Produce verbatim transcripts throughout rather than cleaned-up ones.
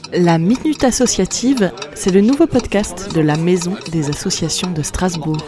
La Minute Associative, c'est le nouveau podcast de la Maison des associations de Strasbourg.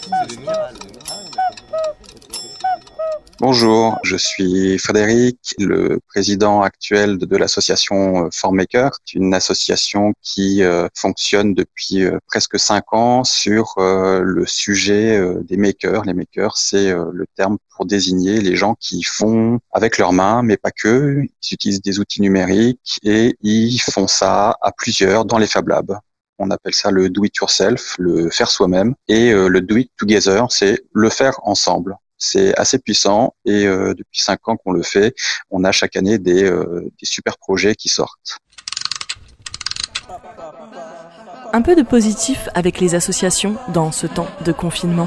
Bonjour, je suis Frédéric, le président actuel de, de l'association FormMaker, une association qui euh, fonctionne depuis euh, presque cinq ans sur euh, le sujet euh, des makers. Les makers, c'est euh, le terme pour désigner les gens qui font avec leurs mains, mais pas que. Ils utilisent des outils numériques et ils font ça à plusieurs dans les Fab Labs. On appelle ça le do it yourself, le faire soi-même, et euh, le do it together, c'est le faire ensemble. C'est assez puissant et euh, depuis cinq ans qu'on le fait, on a chaque année des, euh, des super projets qui sortent. Un peu de positif avec les associations dans ce temps de confinement.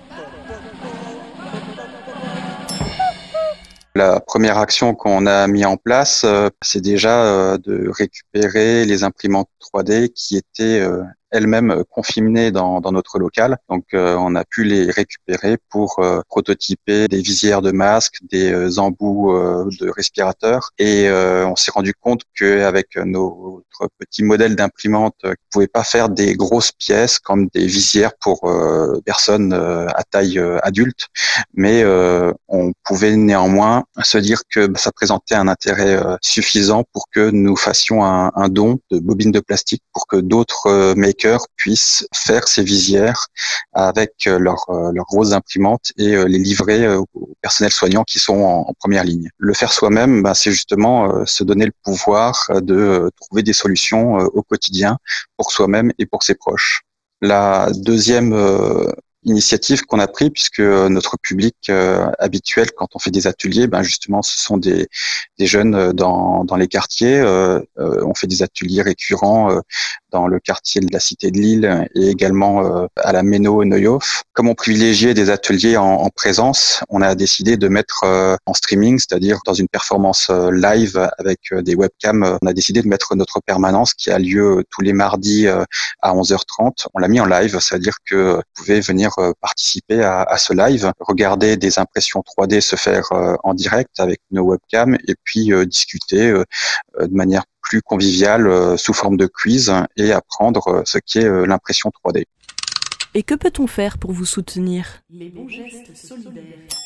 La première action qu'on a mis en place, euh, c'est déjà euh, de récupérer les imprimantes trois D qui étaient euh, elles-mêmes confinées dans, dans notre local. Donc, euh, on a pu les récupérer pour euh, prototyper des visières de masques, des euh, embouts euh, de respirateurs. Et euh, on s'est rendu compte qu'avec notre petit modèle d'imprimante, on ne pouvait pas faire des grosses pièces comme des visières pour euh, personnes euh, à taille euh, adulte, mais euh, on pouvait néanmoins se dire que bah, ça présentait un intérêt euh, suffisant pour que nous fassions un, un don de bobines de plastique pour que d'autres euh, makers puissent faire ces visières avec euh, leurs leur grosses imprimantes et euh, les livrer euh, au personnel soignant qui sont en, en première ligne. Le faire soi-même, bah, c'est justement euh, se donner le pouvoir de euh, trouver des solutions euh, au quotidien pour soi-même et pour ses proches. La deuxième euh, initiative qu'on a pris, puisque notre public euh, habituel quand on fait des ateliers, ben justement ce sont des des jeunes dans dans les quartiers. Euh, euh, on fait des ateliers récurrents euh, dans le quartier de la Cité de Lille et également euh, à la Méno Neuhof. Comme on privilégiait des ateliers en, en présence, on a décidé de mettre euh, en streaming, c'est-à-dire dans une performance euh, live avec euh, des webcams. On a décidé de mettre notre permanence qui a lieu tous les mardis euh, à onze heures trente. On l'a mis en live, c'est-à-dire que vous pouvez venir participer à, à ce live, regarder des impressions trois D se faire euh, en direct avec nos webcams et puis euh, discuter euh, de manière plus conviviale euh, sous forme de quiz et apprendre euh, ce qu'est euh, l'impression trois D. Et que peut-on faire pour vous soutenir ? Les bons gestes solidaires.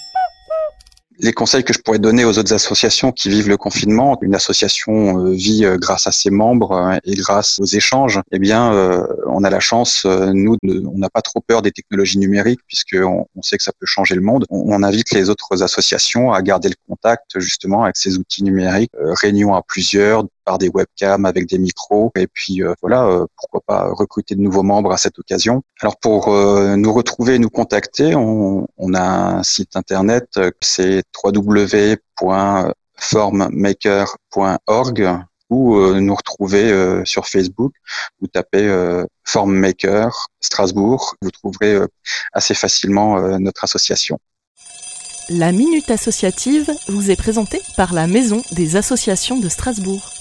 Les conseils que je pourrais donner aux autres associations qui vivent le confinement, une association euh, vit euh, grâce à ses membres euh, et grâce aux échanges, eh bien, euh, on a la chance, euh, nous, de, on n'a pas trop peur des technologies numériques puisqu'on on sait que ça peut changer le monde. On, on invite les autres associations à garder le contact justement avec ces outils numériques, euh, réunions à plusieurs, par des webcams avec des micros et puis euh, voilà, euh, pourquoi pas recruter de nouveaux membres à cette occasion. Alors pour euh, nous retrouver et nous contacter, on, on a un site internet, euh, c'est w w w point formmaker point org ou euh, nous retrouver euh, sur Facebook. Vous tapez euh, FormMaker Strasbourg, vous trouverez euh, assez facilement euh, notre association. La Minute Associative vous est présentée par la Maison des associations de Strasbourg.